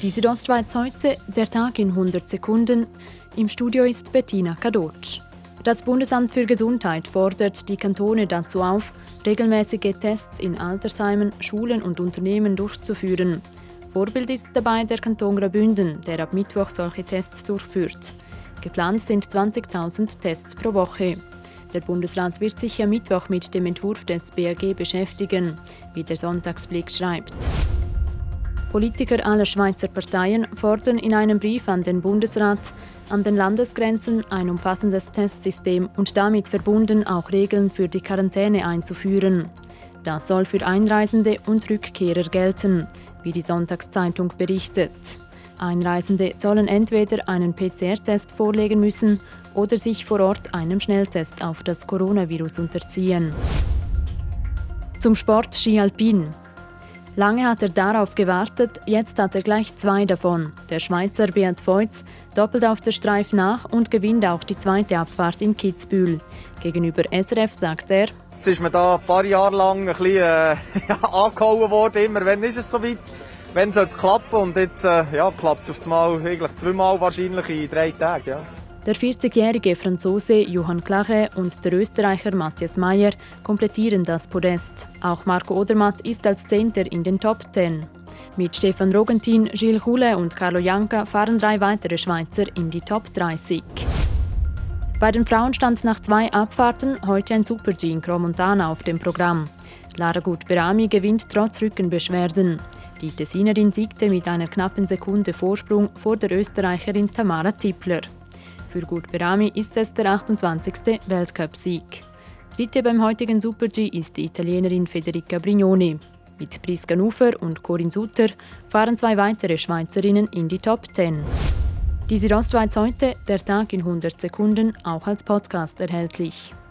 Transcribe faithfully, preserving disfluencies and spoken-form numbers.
Die Südostschweiz heute, der Tag in hundert Sekunden. Im Studio ist Bettina Kadotsch. Das Bundesamt für Gesundheit fordert die Kantone dazu auf, regelmäßige Tests in Altersheimen, Schulen und Unternehmen durchzuführen. Vorbild ist dabei der Kanton Graubünden, der ab Mittwoch solche Tests durchführt. Geplant sind zwanzigtausend Tests pro Woche. Der Bundesrat wird sich am Mittwoch mit dem Entwurf des B A G beschäftigen, wie der Sonntagsblick schreibt. Politiker aller Schweizer Parteien fordern in einem Brief an den Bundesrat, an den Landesgrenzen ein umfassendes Testsystem und damit verbunden auch Regeln für die Quarantäne einzuführen. Das soll für Einreisende und Rückkehrer gelten, wie die Sonntagszeitung berichtet. Einreisende sollen entweder einen P C R-Test vorlegen müssen oder sich vor Ort einem Schnelltest auf das Coronavirus unterziehen. Zum Sport Ski Alpin. Lange hat er darauf gewartet, jetzt hat er gleich zwei davon. Der Schweizer Beat Feuz doppelt auf der Streif nach und gewinnt auch die zweite Abfahrt in Kitzbühel. Gegenüber S R F sagt er: Jetzt ist man da ein paar Jahre lang ein bisschen äh, angehauen worden. Immer, wenn ist es soweit? Wenn soll es klappen? Und jetzt äh, ja, klappt es auf einmal, eigentlich zweimal wahrscheinlich in drei Tagen. Ja. Der vierzigjährige Franzose Johann Klache und der Österreicher Matthias Mayr komplettieren das Podest. Auch Marco Odermatt ist als Zehnter in den Top Ten. Mit Stefan Rogentin, Gilles Hulle und Carlo Janka fahren drei weitere Schweizer in die Top dreißig. Bei den Frauen stand nach zwei Abfahrten heute ein Super-G in Crans-Montana auf dem Programm. Lara Gut-Berami gewinnt trotz Rückenbeschwerden. Die Tessinerin siegte mit einer knappen Sekunde Vorsprung vor der Österreicherin Tamara Tippler. Für Gut-Berami ist es der achtundzwanzigste Weltcup-Sieg. Dritte beim heutigen Super-G ist die Italienerin Federica Brignoni. Mit Priska Nufer und Corinne Sutter fahren zwei weitere Schweizerinnen in die Top Ten. Die Südostschweiz heute, der Tag in hundert Sekunden, auch als Podcast erhältlich.